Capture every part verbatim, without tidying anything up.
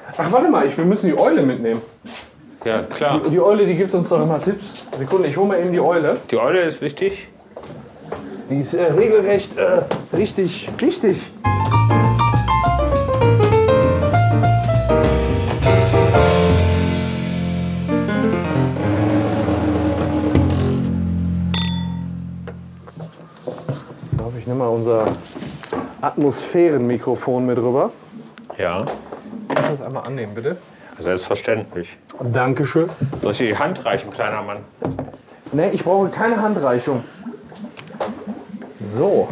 Ach, warte mal, ich, wir müssen die Eule mitnehmen. Ja, klar. Die, die Eule, die gibt uns doch immer Tipps. Sekunde, ich hole mal eben die Eule. Die Eule ist wichtig. Die ist äh, regelrecht äh, richtig, richtig. Ich nehme mal unser Atmosphärenmikrofon mit rüber. Ja. Kannst du das einmal annehmen, bitte? Selbstverständlich. Dankeschön. Soll ich dir die Hand reichen, kleiner Mann? Ne, ich brauche keine Handreichung. So.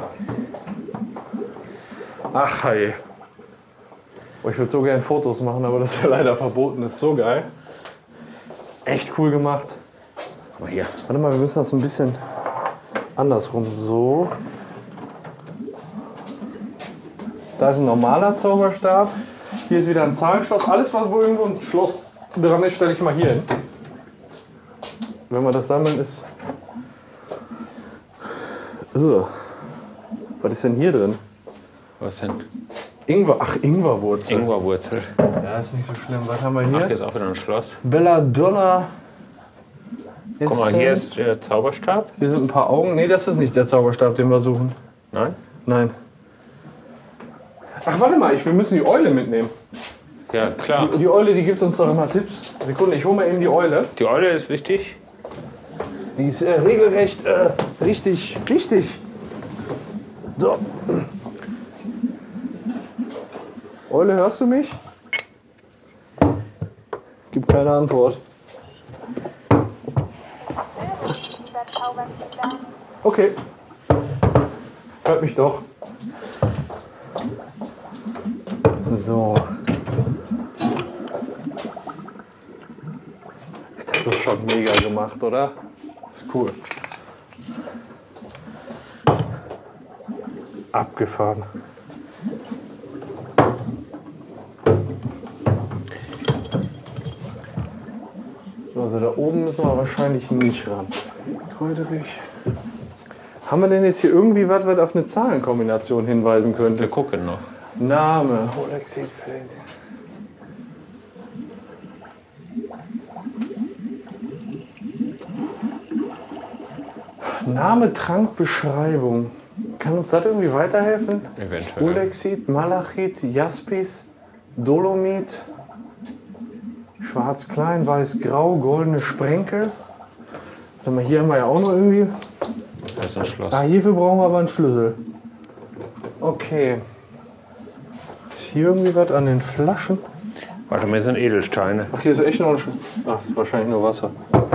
Ach, hey. Oh, ich würde so gerne Fotos machen, aber das ist ja leider verboten. Das ist so geil. Echt cool gemacht. Guck mal hier. Warte mal, wir müssen das ein bisschen andersrum. So. Da ist ein normaler Zauberstab. Hier ist wieder ein Zahlenschloss. Alles, was wo irgendwo ein Schloss dran ist, stelle ich mal hier hin. Wenn wir das sammeln, ist... Ugh. Was ist denn hier drin? Was denn? Ingwer. Ach, Ingwerwurzel. Ingwerwurzel. Ja, ist nicht so schlimm. Was haben wir hier? Ach, hier ist auch wieder ein Schloss. Belladonna. Guck mal, hier ist der Zauberstab. Hier sind ein paar Augen. Nee, das ist nicht der Zauberstab, den wir suchen. Nein? Nein. Ach, warte mal, ich, wir müssen die Eule mitnehmen. Ja, klar. Die, die Eule, die gibt uns doch immer Tipps. Sekunde, ich hole mal eben die Eule. Die Eule ist wichtig. Die ist äh, regelrecht äh, richtig, richtig. So. Eule, hörst du mich? Gibt keine Antwort. Okay. Hört mich doch. So. Das ist schon mega gemacht, oder? Das ist cool. Abgefahren. So, also da oben müssen wir wahrscheinlich nicht ran. Kräuterich. Haben wir denn jetzt hier irgendwie was, was auf eine Zahlenkombination hinweisen könnte? Wir gucken noch. Name. Holexit, Name, Trank, Beschreibung. Kann uns das irgendwie weiterhelfen? Eventuell. Olexit, Malachit, Jaspis, Dolomit, Schwarz klein, weiß grau, goldene Sprenkel. Warte mal, hier haben wir ja auch noch irgendwie. Da ist ein Schloss. Ah, hierfür brauchen wir aber einen Schlüssel. Okay. Ist hier irgendwie was an den Flaschen? Warte mal, hier sind Edelsteine. Ach, hier ist echt noch ein Schlüssel. Ach, das ist wahrscheinlich nur Wasser.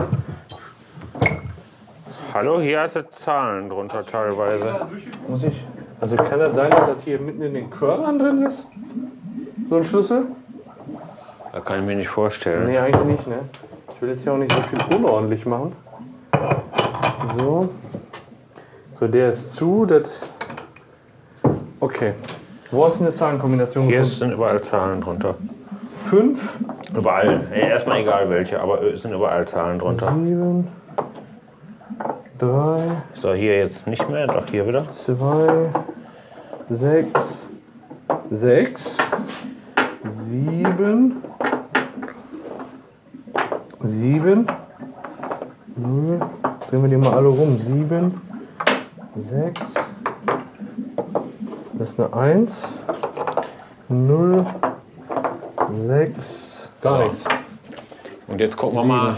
Hallo, hier hast du Zahlen drunter teilweise. Muss ich? Also kann das sein, dass das hier mitten in den Körnern drin ist? So ein Schlüssel? Da kann ich mir nicht vorstellen. Nee, eigentlich nicht, ne? Ich will jetzt hier auch nicht so viel unordentlich machen. So. So, der ist zu. Das okay. Wo hast du eine Zahlenkombination Hier gefunden? sind überall Zahlen drunter. Fünf, Überall. Ja, erstmal egal welche, aber es sind überall Zahlen drunter. sieben, drei, So, hier jetzt nicht mehr, doch hier wieder. zwei, sechs, sechs, sieben, sieben, null, drehen wir die mal alle rum, sieben, sechs, das ist eine eins, null, sechs, gar So. nichts. Und jetzt gucken wir mal.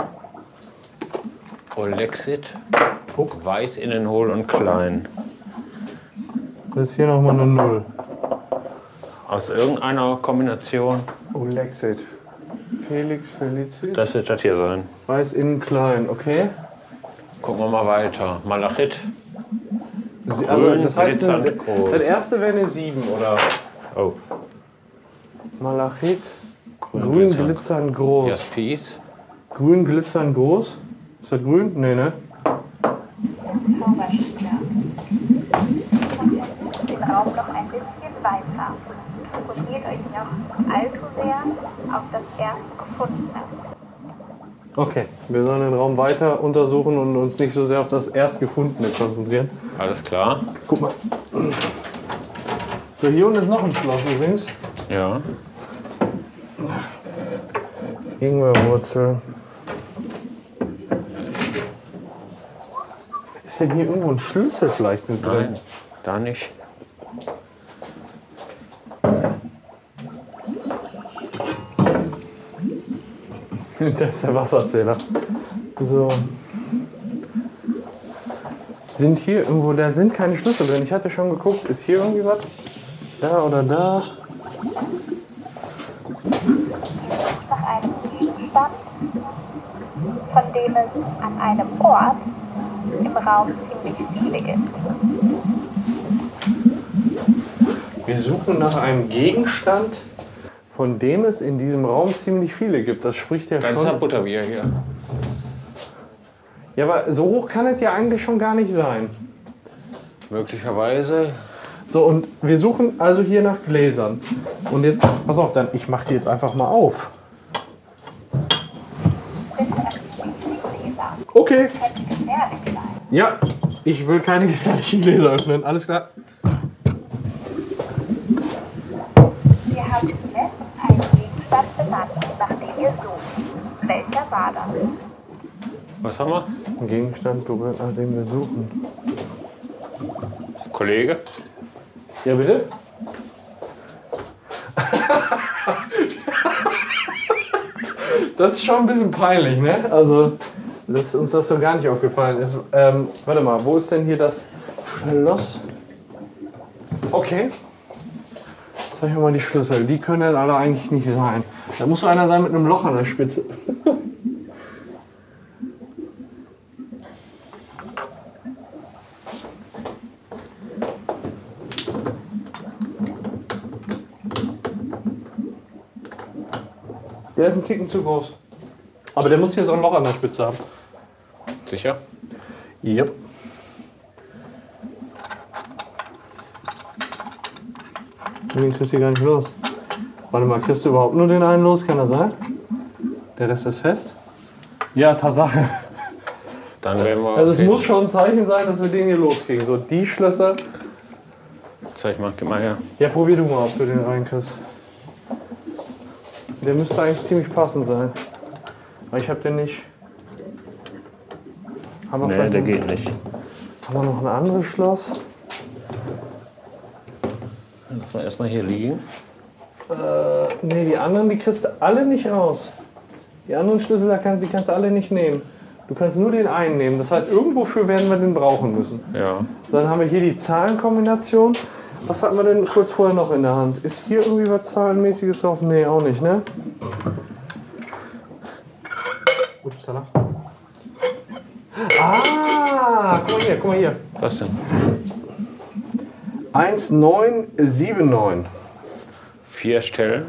Olexit. Weiß, innen hohl und klein. Das ist hier nochmal eine null. Aus irgendeiner Kombination. Olexit. Felix Felicis. Das wird das hier sein. Weiß innen klein, okay. Gucken wir mal weiter. Malachit. Sie- Grün, das heißt, das, glitzernd groß. das erste wäre eine sieben, oder? Oh. Malachit. Grün, Grün glitzernd. glitzernd groß. Jaspis. Grün glitzernd groß. Ist das grün? Nee, ne? Den Raum noch ein bisschen weiter. Fokussiert euch noch allzu sehr auf das Erstgefundene. Okay, wir sollen den Raum weiter untersuchen und uns nicht so sehr auf das Erstgefundene konzentrieren. Alles klar. Guck mal. So, hier unten ist noch ein Schloss übrigens. Ja. Ingwerwurzel. Ist denn hier irgendwo ein Schlüssel vielleicht mit drin? Nein, da nicht. Das ist der Wasserzähler. So. Sind hier irgendwo, da sind keine Schlüssel drin. Ich hatte schon geguckt, ist hier irgendwie was? Da oder da? Nach einem Gegenstand, von dem es an einem Ort im Raum ziemlich viele gibt. Wir suchen nach einem Gegenstand, von dem es in diesem Raum ziemlich viele gibt. Das spricht ja Das schon. ist ein Butterbier hier. Ja, aber so hoch kann es ja eigentlich schon gar nicht sein. Möglicherweise. So, und wir suchen also hier nach Gläsern. Und jetzt, pass auf, dann, ich mach die jetzt einfach mal auf. Okay. Könnte gefährlich sein. Ja, ich will keine gefährlichen Gläser öffnen. Alles klar. Wir haben zuletzt einen Gegenstand benannt, nach dem wir suchen. Welcher war das? Was haben wir? Ein Gegenstand berührt, nach dem wir suchen. Kollege? Ja, bitte? Das ist schon ein bisschen peinlich, ne? Also, dass uns das so gar nicht aufgefallen ist. Ähm, warte mal, wo ist denn hier das Schloss? Okay. Zeig mir mal die Schlüssel. Die können alle eigentlich nicht sein. Da muss einer sein mit einem Loch an der Spitze. Der ist ein Ticken zu groß. Aber der muss hier so ein Loch an der Spitze haben. Sicher? Yep. Den kriegst du gar nicht los. Warte mal, kriegst du überhaupt nur den einen los? Kann das sein? Der Rest ist fest? Ja, Tatsache. Dann werden wir. Also es muss schon ein Zeichen sein, dass wir den hier loskriegen. So, die Schlösser. Zeig mal, gib mal her. Ja, probier du mal, ob du den reinkriegst. Der müsste eigentlich ziemlich passend sein. Aber ich hab den nicht. Haben wir Nee, vielleicht der noch- geht nicht. Haben wir noch ein anderes Schloss? Lass mal erstmal hier liegen. Äh, nee, die anderen, die kriegst du alle nicht raus. Die anderen Schlüssel, da kannst, die kannst du alle nicht nehmen. Du kannst nur den einen nehmen. Das heißt, irgendwofür werden wir den brauchen müssen. Ja. So, dann haben wir hier die Zahlenkombination. Was hatten wir denn kurz vorher noch in der Hand? Ist hier irgendwie was Zahlenmäßiges drauf? Nee, auch nicht, ne? Upsala. Ah, guck mal hier, guck mal hier. Was denn? eins neun sieben neun. Vier Stellen,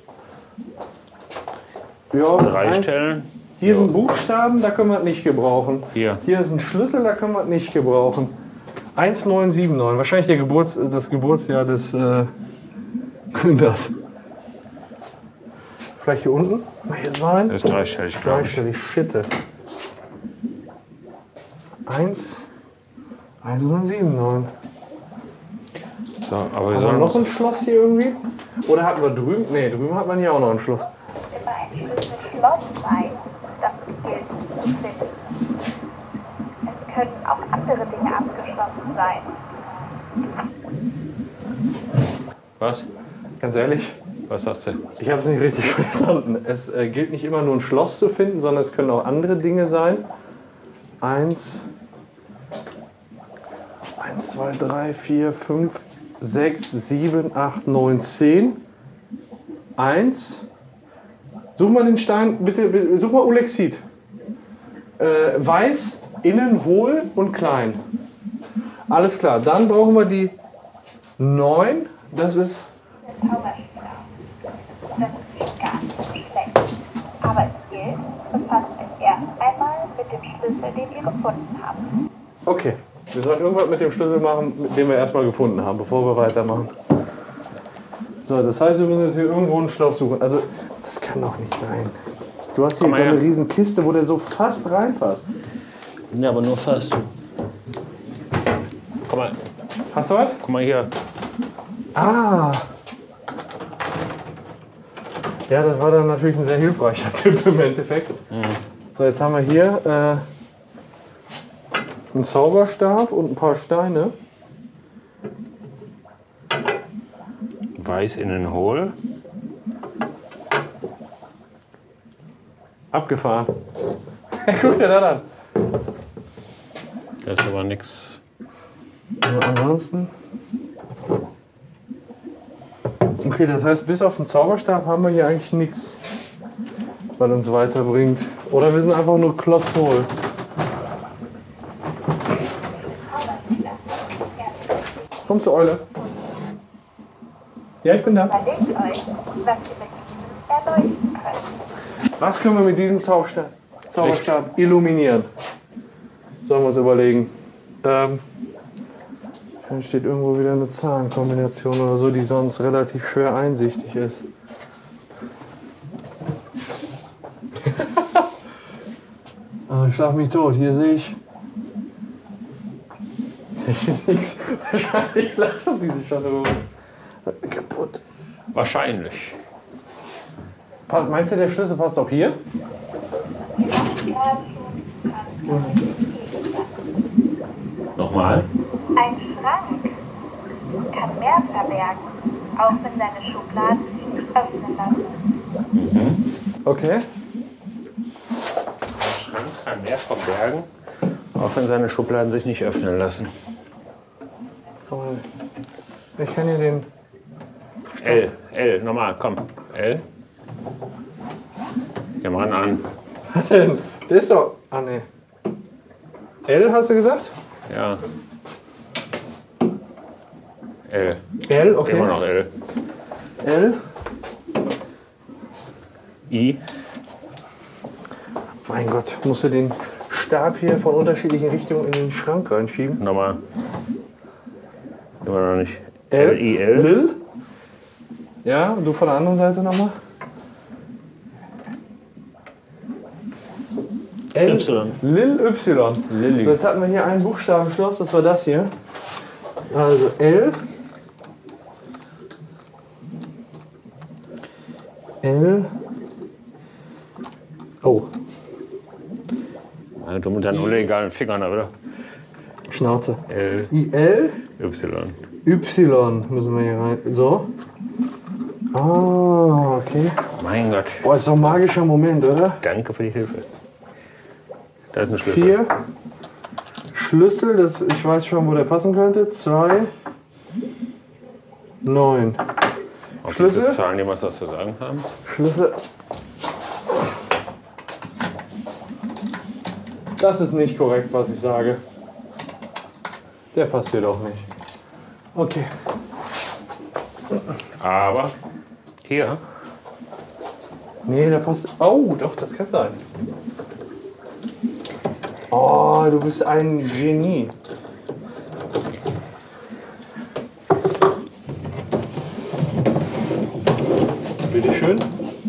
Ja, drei eins- Stellen. Hier sind Buchstaben, da können wir es nicht gebrauchen. Hier. Hier ist ein Schlüssel, da können wir es nicht gebrauchen. eins neun sieben neun, wahrscheinlich der Geburts-, das Geburtsjahr des äh, Gründers. Vielleicht hier unten? Mal jetzt mal rein. Das ist dreistellig, glaube ich. Dreistellig, Schitte. eins neun sieben neun. So, aber wir Haben wir sollen noch ein uns, Schloss hier irgendwie? Oder hatten wir drüben? Ne, drüben hat man hier auch noch ein Schloss. Immer ein Schlüssel-Schloss sein, das es gilt zu finden. Es können auch andere Dinge abgeschlossen sein. Was? Ganz ehrlich, Was hast du? ich habe es nicht richtig verstanden. Es äh, gilt nicht immer nur ein Schloss zu finden, sondern es können auch andere Dinge sein. Eins, eins, zwei, drei, vier, fünf, sechs, sieben, acht, neun, zehn. Eins. Such mal den Stein, bitte, bitte such mal Ulexit. Äh, weiß, innen hohl und klein. Alles klar, dann brauchen wir die neun. Das ist. Der Zauberstab. Das ist gar nicht so schlecht. Aber es gilt, befasst euch erst einmal mit dem Schlüssel, den ihr gefunden habt. Okay, wir sollen irgendwas mit dem Schlüssel machen, mit dem wir erstmal gefunden haben, bevor wir weitermachen. So, das heißt, wir müssen jetzt hier irgendwo ein Schloss suchen. Also, das kann doch nicht sein. Du hast hier Komm so mal eine her. riesen Kiste, wo der so fast reinpasst. Ja, aber nur fast. Guck mal, Hast du was? guck mal hier. Ah. Ja, das war dann natürlich ein sehr hilfreicher Tipp im Endeffekt. Mhm. So, jetzt haben wir hier äh, einen Zauberstab und ein paar Steine. Weiß innen hohl. Abgefahren. Guck dir das an. Da ist aber nichts. Also ansonsten. Okay, das heißt, bis auf den Zauberstab haben wir hier eigentlich nichts, was uns weiterbringt. Oder wir sind einfach nur klotzhohl. Komm zur Eule. Ja, ich bin da. Überlegt euch, was ihr mit diesem erleuchten könnt. Was können wir mit diesem Zauberstab, Zauberstab illuminieren? Sollen wir uns überlegen. Ähm, dann steht irgendwo wieder eine Zahlenkombination oder so, die sonst relativ schwer einsichtig ist. Ah, ich schlag mich tot. Hier sehe ich. Sehe ich nichts. Wahrscheinlich lachen diese schon los. Kaputt. Wahrscheinlich. Pa- Meinst du, der Schlüssel passt auch hier? Nochmal. Ein Schrank kann mehr verbergen, auch wenn seine Schubladen sich nicht öffnen lassen. Okay. Der Schrank kann mehr verbergen, auch wenn seine Schubladen sich nicht öffnen lassen. Komm mal. Ich kann hier den. L, L, nochmal, komm. L. Geh mal an. Was denn? Der ist doch. Ah, ne. L hast du gesagt? Ja. L. L, okay. Immer noch L. L. I. Mein Gott, musst du den Stab hier von unterschiedlichen Richtungen in den Schrank reinschieben? Nochmal. Immer noch nicht. L. L, I, L. Lil. Ja, und du von der anderen Seite nochmal? L. Y. Lil Y. Lilly. So, jetzt hatten wir hier ein Buchstabenschloss, das war das hier. Also L. L. Oh, Ja, du mit deinen illegalen Fingern, oder? Schnauze. L, I L. Y. Y müssen wir hier rein. So. Ah, okay. Mein Gott. Boah, ist doch ein magischer Moment, oder? Danke für die Hilfe. Da ist ein Schlüssel. Vier. Schlüssel, das, ich weiß schon, wo der passen könnte. Zwei. Neun. Ob Schlüssel? diese Zahlen jemals was zu sagen haben? Schlüssel. Das ist nicht korrekt, was ich sage. Der passt hier doch nicht. Okay. Aber hier. Nee, der passt. Oh, doch, das kann sein. Oh, du bist ein Genie. Bitteschön.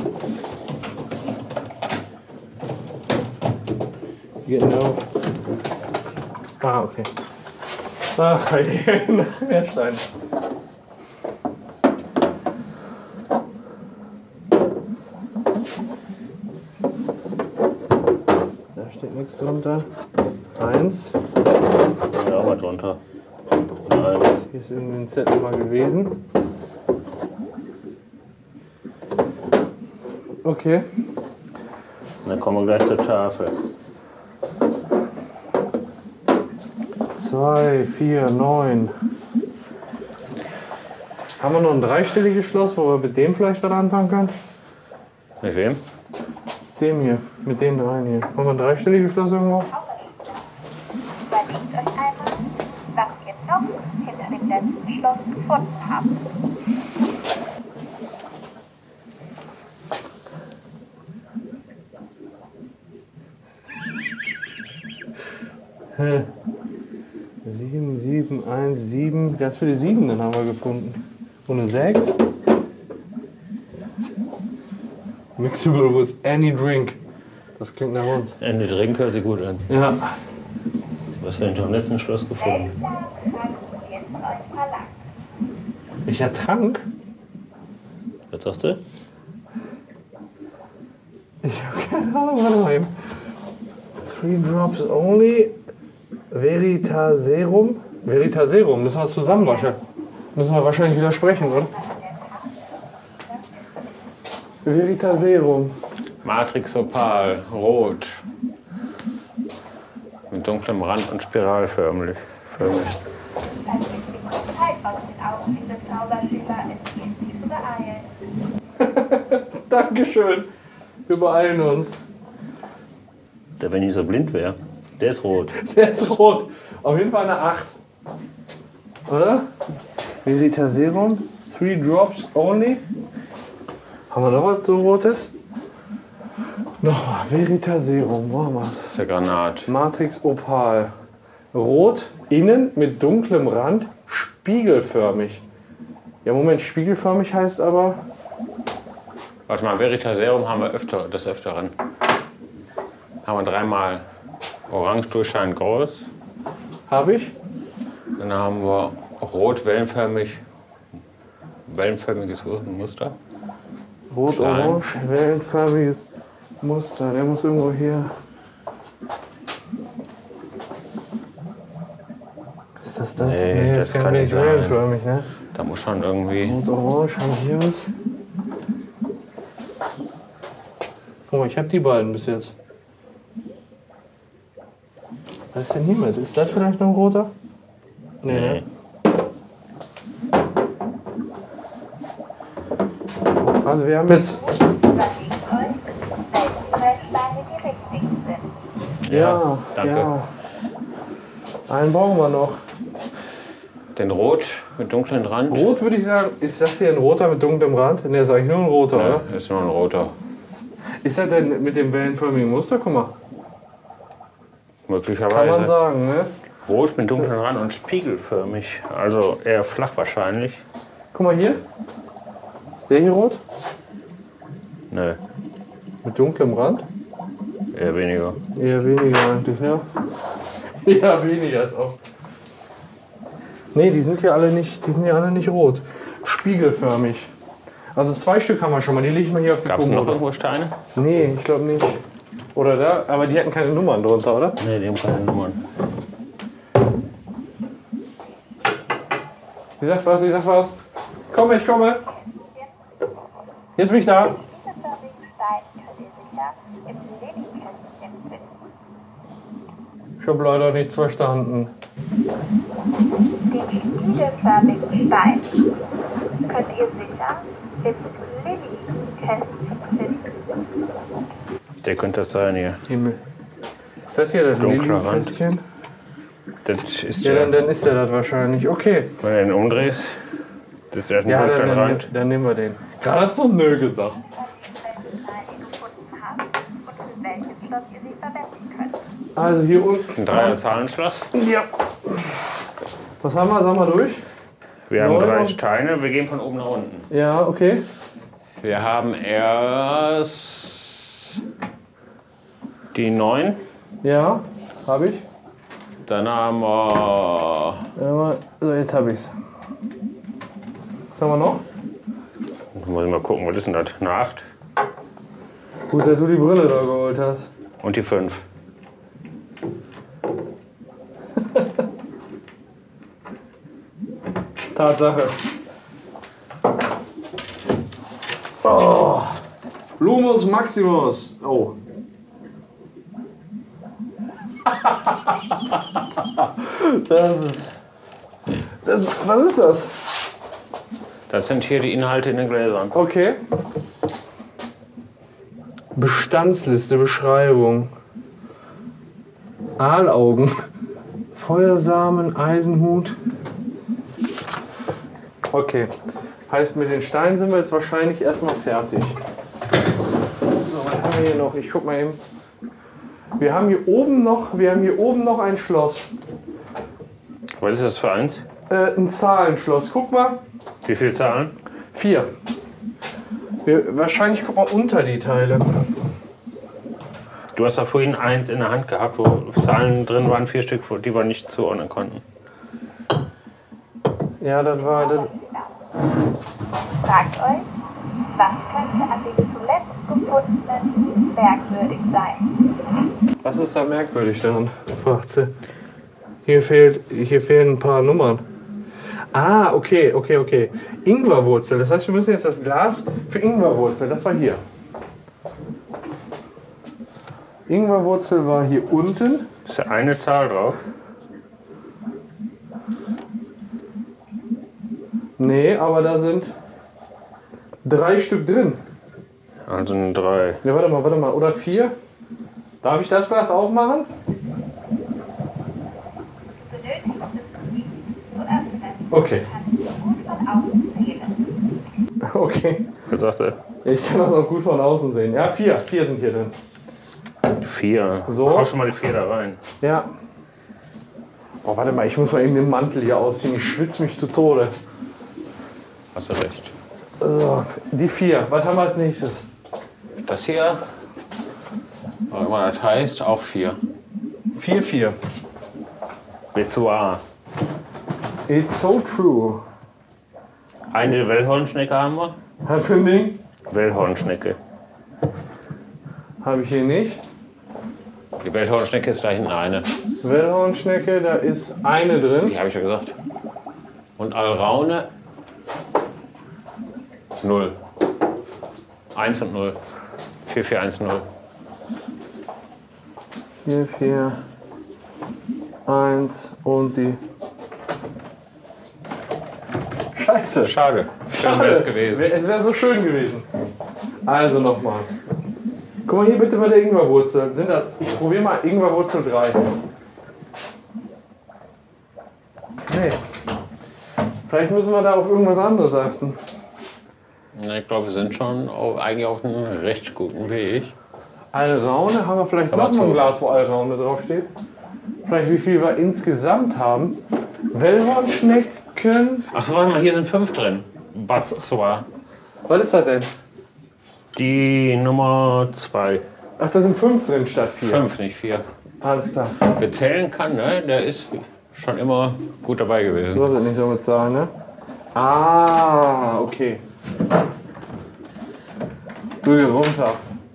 Genau. Ah, okay. Ach, noch mehr Steine. Da steht nichts drunter. Eins. Ja, auch mal drunter. Nein. Hier ist irgendwie ein Zettel mal gewesen. Okay. Dann kommen wir gleich zur Tafel. Zwei, vier, neun. Haben wir noch ein dreistelliges Schloss, wo wir mit dem vielleicht was anfangen können? Mit wem? Dem hier, mit den dreien hier. Haben wir ein dreistelliges Schloss irgendwo? Überlegt euch einmal, was ihr noch hinter dem letzten Schloss gefunden habt. Hä? Sieben, sieben, eins, sieben. Ganz viele Siebenen haben wir gefunden. Und eine sechs. Mixable with any drink. Das klingt nach uns. Ende Drink hört sich gut an. Ja. Was wir hinter dem letzten Schloss gefunden? Welcher Trank wird von euch verlangt? Welcher Trank? Was sagst du? Ich habe keine Ahnung, warte mal eben. Three drops only. Veritaserum. Veritaserum, müssen wir es zusammenwaschen. Müssen wir wahrscheinlich widersprechen, oder? Veritaserum. Matrix Opal, rot. Mit dunklem Rand und spiralförmig. Förmig. Als sich die Zeit aus den Augen dieses Zauberschüler, es gilt sich zu beeilen. Dankeschön. Wir beeilen uns. Der, wenn ich so blind wäre. Der ist rot. Der ist rot. Auf jeden Fall eine acht. Oder? Veritaserum. Three drops only. Haben wir noch was so Rotes? Nochmal. Veritaserum. Wo haben wir Das ist der Granat. Matrix Opal. Rot, innen mit dunklem Rand, spiegelförmig. Ja, Moment, spiegelförmig heißt aber... Warte mal, Veritaserum haben wir öfter, des Öfteren. Haben wir dreimal orange durchscheinend groß. Habe ich? Dann haben wir rot wellenförmig, wellenförmiges Muster. Rot-orange, wellenförmiges Muster. Der muss irgendwo hier... Ist das das? Nee, das ist kann nicht sein. wellenförmig, ne? Da muss schon irgendwie. Rot-orange, haben wir hier was? Guck mal, ich habe die beiden bis jetzt. Was ist denn hiermit? Ist das vielleicht noch ein roter? Nee, Nee. ne? Also wir haben jetzt... Überlegt euch, welche drei Steine die richtigen sind. Ja, danke. Ja. Einen brauchen wir noch. Den Rot mit dunklem Rand. Rot würde ich sagen, ist das hier ein roter mit dunklem Rand? Ne, ist eigentlich nur ein roter, Ja, oder? ist nur ein roter. Ist das denn mit dem wellenförmigen Muster? Guck mal, kann man Möglicherweise. sagen, ne? Rot mit dunklem Rand und spiegelförmig. Also eher flach wahrscheinlich. Guck mal hier. Ist der hier rot? Nö, Mit dunklem Rand? eher weniger. Eher weniger eigentlich, ja. Ja, weniger ist auch. Nee, die sind hier alle nicht, die sind hier alle nicht rot. Spiegelförmig. Also zwei Stück haben wir schon mal, die lege ich mal hier auf die Gab es noch Kommode. irgendwo Steine? Nee, ich glaube nicht. Oder da, aber die hatten keine Nummern drunter, oder? Nee, die haben keine Nummern. Ich sag was, ich sag was. Komme, ich komme. Jetzt bin ich da. Diese förmigen Steine könnt ihr sicher im Lilly-Kästchen finden. Ich habe leider nichts verstanden. Den spiegelförmigen Stein könnt ihr sicher im Lilly-Kästchen finden. Der könnte das sein hier. Himmel. Ist das hier das Dunkler Rand. Lilly-Kästchen? Das ist Ja, der, dann, dann ist der das wahrscheinlich. Okay. wenn du den umdrehst, das ist ein Ja, dann, dunkler dann, Rand. dann nehmen wir den. Gerade hast du Nö gesagt. Welchen Stein ihr gefunden habt und für welches Schloss ihr sie verwenden könnt. Also hier unten. Ein Dreier-Zahlenschloss. Ja. Was haben wir? Sag mal durch. Wir haben Neun drei und- Steine, wir gehen von oben nach unten. Ja, okay. Wir haben erst die neun, Ja, habe ich. dann haben wir Ja, mal- so, jetzt habe ich's. Was haben wir noch? muss ich mal gucken, was ist denn das? Eine acht Gut, dass du die Brille da geholt hast. und die fünf. Tatsache. Oh. Lumus Maximus. Oh. Das ist. Das, was ist das? Das sind hier die Inhalte in den Gläsern. Okay. Bestandsliste, Beschreibung. Aalaugen. Feuersamen, Eisenhut. Okay. Heißt, mit den Steinen sind wir jetzt wahrscheinlich erstmal fertig. So, was haben wir hier noch? Ich guck mal eben. Wir haben hier oben noch, wir haben hier oben noch ein Schloss. Was ist das für eins? Äh, ein Zahlenschloss. Guck mal. Wie viele Zahlen? Vier. Wir, wahrscheinlich guck mal unter die Teile. Du hast da vorhin eins in der Hand gehabt, wo Zahlen drin waren, vier Stück, die wir nicht zuordnen konnten. Ja, das war das. Fragt euch, was könnte an dem zuletzt Gefundenen merkwürdig sein. Was ist da merkwürdig daran? fragt sie. Hier, fehlt, hier fehlen ein paar Nummern. Ah, okay, okay, okay. Ingwerwurzel. Das heißt, wir müssen jetzt das Glas für Ingwerwurzel. Das war hier. Ingwerwurzel war hier unten. Ist da eine Zahl drauf? Nee, aber da sind drei Stück drin. Also eine drei. Ne, warte mal, warte mal. Oder vier. Darf ich das Glas aufmachen? Benötigt es nicht zu öffnen. Okay. Kann es gut von außen zählen. Okay. Was sagst du? Ich kann das auch gut von außen sehen. Ja, vier. Vier sind hier drin. Vier. So. Hau schon mal die vier da rein. Ja. Oh, warte mal, ich muss mal eben den Mantel hier ausziehen. Ich schwitze mich zu Tode. Hast du recht. So, die vier. Was haben wir als nächstes? Das hier, was immer das heißt, auch vier. Vier, vier. Reservoir. It's so true. Eine Wellhornschnecke haben wir. Was für ein Ding? Wellhornschnecke. Habe ich hier nicht. Die Wellhornschnecke ist da hinten eine. Wellhornschnecke, da ist eine drin. Die habe ich ja gesagt. Und Alraune, null. Eins und null. Vier, vier, eins, null. Vier, vier, eins und die. Scheiße. Schade. Schön wäre es gewesen. Wär- Es wäre so schön gewesen. Also nochmal. Guck mal hier bitte bei der Ingwerwurzel. Sind das, ich probiere mal Ingwerwurzel drei. Nee. Vielleicht müssen wir da auf irgendwas anderes achten. Na, ich glaube, wir sind schon auf, eigentlich auf einem recht guten Weg. Alraune haben wir vielleicht Aber noch mal ein zu- Glas, wo Alraune draufsteht. Vielleicht wie viel wir insgesamt haben. Wellhornschnecken. Ach so, warte mal, hier sind fünf drin. Batzwa. Was ist das denn? Die Nummer zwei. Ach, da sind fünf drin statt vier. Fünf, nicht vier. Alles klar. Wer zählen kann, ne, der ist schon immer gut dabei gewesen. Du hast es nicht so mit Zahlen, ne? Ah, okay. Drücke runter.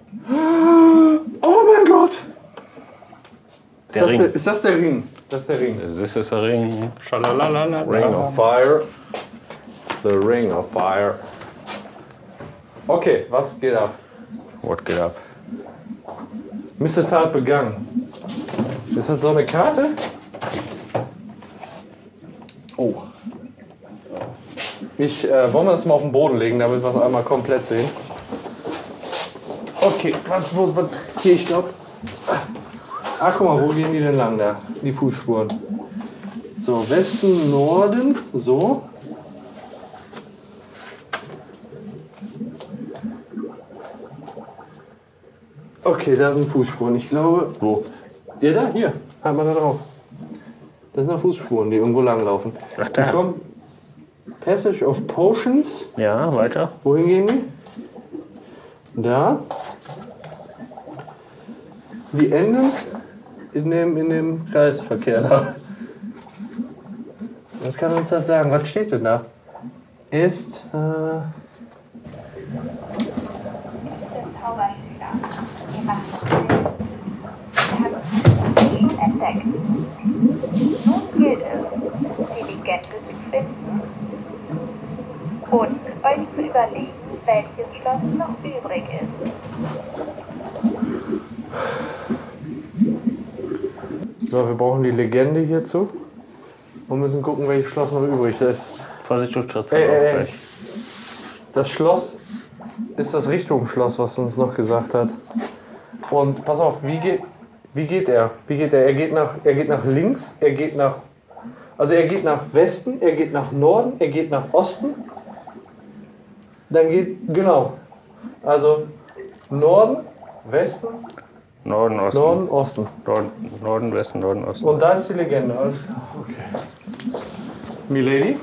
Oh mein Gott! Ist Der das Ring. der, ist das der Ring? Das ist der Ring. Das ist der Ring. Schalalalala. Ring of Fire. The Ring of Fire. Okay, was geht ab? What geht ab? Missetat begangen. Ist das so eine Karte? Oh. Ich äh, wollen wir das mal auf den Boden legen, damit wir es einmal komplett sehen. Okay, was, wo, was, hier, ich glaube. Ah, guck mal, wo gehen die denn lang da? Die Fußspuren. So, Westen, Norden, so. Okay, da sind Fußspuren. Ich glaube. Wo? Ja, da, hier. Halt mal da drauf. Das sind noch Fußspuren, die irgendwo langlaufen. Ach, da. Die kommen. Passage of Potions. Ja, weiter. Wohin gehen die? Da. Die enden in dem, in dem Kreisverkehr da. Was kann uns das sagen? Was steht denn da? Ist. Äh, Diese Zauberschüler, die machen schon entdeckt. Nun gilt es, die Legende zu finden und euch zu überlegen, welches Schloss noch übrig ist. so, wir brauchen die Legende hierzu. Und müssen gucken, welches Schloss noch übrig ist. Vorsicht, du Station Ey, ey, ey. gleich. Das Schloss ist das Richtungsschloss, was uns noch gesagt hat. Und pass auf, wie geht, wie geht er? Wie geht er? Er geht nach, er geht nach links, er geht nach, also er geht nach Westen, er geht nach Norden, er geht nach Osten. Dann geht, genau, also Norden, Westen, Norden, Osten. Norden, Osten. Norden, Norden, Westen, Norden, Osten. Und da ist die Legende, alles klar. Okay. Milady?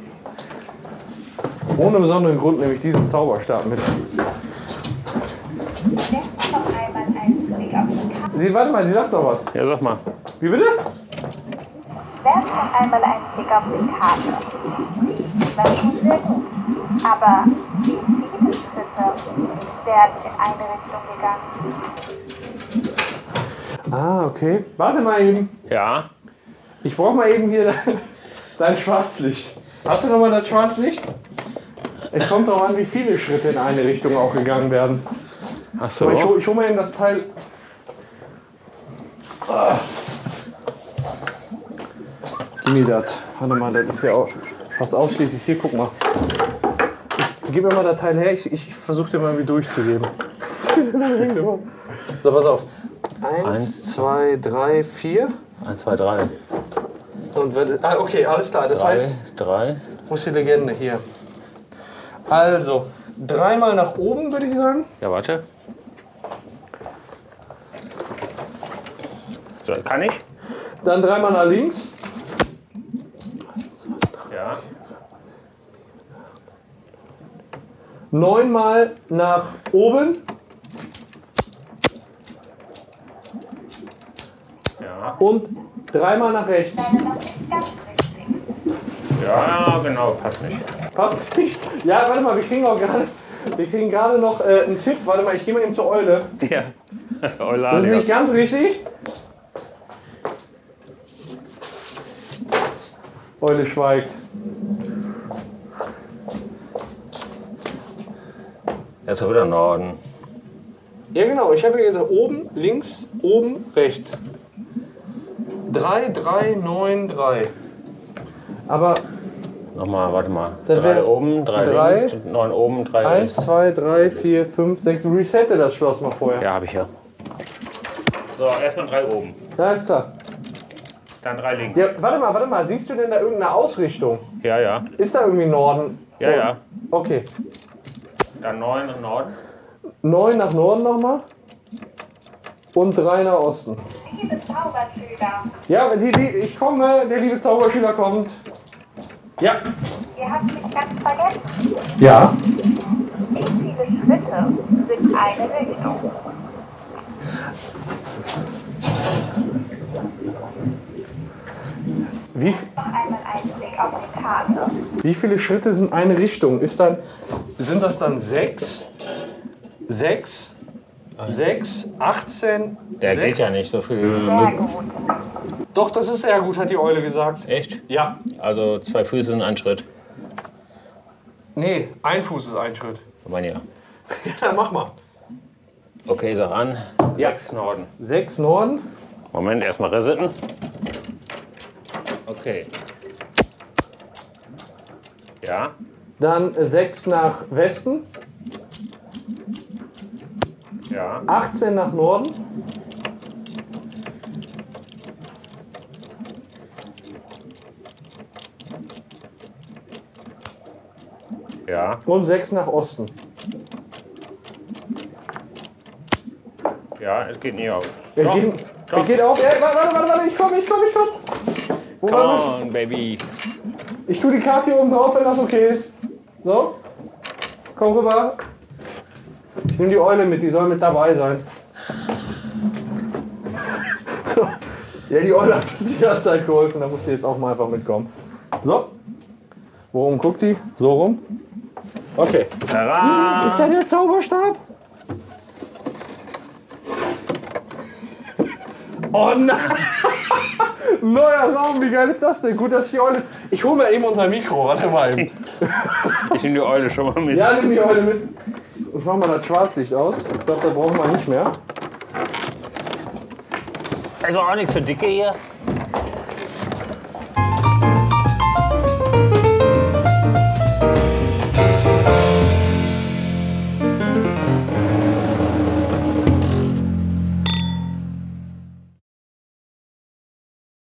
Ohne besonderen Grund nehme ich diesen Zauberstab mit. Setzt noch einmal einen Blick auf die Karte. Sie, warte mal, sie sagt noch was. Ja, sag mal. Wie bitte? Werft noch einmal einen Blick auf die Karte. Die war schon sehr gut. Aber die vielen Schritte werden in eine Richtung gegangen. Ah, okay. Warte mal eben. Ja. Ich brauche mal eben hier dein, dein Schwarzlicht. Hast du noch mal das Schwarzlicht? Es kommt darauf an, wie viele Schritte in eine Richtung auch gegangen werden. Ach so. Ich hole ich hol mal eben das Teil. Ah. Gib mir das. Warte mal, das ist ja auch fast ausschließlich. Hier, guck mal. Ich, gib mir mal das Teil her. Ich, ich versuche dir mal irgendwie durchzugeben. So, pass auf. Eins, Eins. zwei, drei, vier. Eins, zwei, drei. Und wenn, ah, okay, alles klar. Das Drei, heißt, drei. wo ist die Legende hier? Also, dreimal nach oben, würde ich sagen. Ja, warte. So, kann ich? Dann dreimal nach links. Ja. Neunmal nach oben. Ja. Und dreimal nach rechts. Werde noch nicht ganz richtig. Ja, genau, passt nicht. Passt nicht? Ja, warte mal, wir kriegen auch gerade, wir kriegen gerade noch äh, einen Tipp. Warte mal, ich gehe mal eben zur Eule. Ja. Eule Das ist nicht ganz richtig. Eule schweigt. Jetzt ist wieder Norden. Ja genau, ich habe hier gesagt, oben, links, oben, rechts. drei, drei, neun, drei. Aber Nochmal, warte mal. Das Drei wär oben, drei, drei. links, neun oben, drei eins, rechts. zwei, drei, vier, fünf, sechs. Resette das Schloss mal vorher. Ja, habe ich ja. So, erstmal drei oben. Da ist er. Dann drei links. Ja, warte mal, warte mal. Siehst du denn da irgendeine Ausrichtung? Ja, ja. Ist da irgendwie Norden? Ja, ja. Okay. Dann neun nach Norden. neun nach Norden nochmal. Und drei nach Osten. Liebe Zauberschüler, Ja, die, die, ich komme, der liebe Zauberschüler kommt. Ja. ihr habt mich ganz vergessen. Ja. Wie viele Schritte sind eine Richtung? Wie, Noch einmal einen Blick auf die Karte. wie viele Schritte sind eine Richtung? Ist dann, sind das dann sechs? Sechs? Sechs? achtzehn? Der sechs? geht ja nicht so viel. Sehr gut. Doch, das ist sehr gut, hat die Eule gesagt. Echt? Ja. Also zwei Füße sind ein Schritt. Nee, ein Fuß ist ein Schritt. Ich meine ja. Ja, dann mach mal. Okay, sag an. Ja. Sechs Norden. Sechs Norden. Moment, erstmal resetten. Okay. Ja. Dann sechs nach Westen. Ja. achtzehn nach Norden. Ja. Und sechs nach Osten. Ja, es geht nie auf. Er Doch, geht, er doch. geht auf. Ey, warte, warte, warte, warte, ich komme, ich komme, ich komme. Wo Come war on, baby. ich? Ich tue die Karte hier oben drauf, wenn das okay ist. So. Komm rüber. Ich nehme die Eule mit, die soll mit dabei sein. So. Ja, die Eule hat uns die ganze Zeit geholfen, da muss sie jetzt auch mal einfach mitkommen. So. Worum guckt die? So rum. Okay. Tada! Ist da der Zauberstab? Oh nein! Neuer Raum, wie geil ist das denn? Gut, dass ich die Eule. Ich hole mir eben unser Mikro, warte mal eben. Ich nehme die Eule schon mal mit. Ja, nimm die Eule mit. Ich mach mal das Schwarzlicht aus. Ich glaube, da brauchen wir nicht mehr. Also auch nichts für Dicke hier.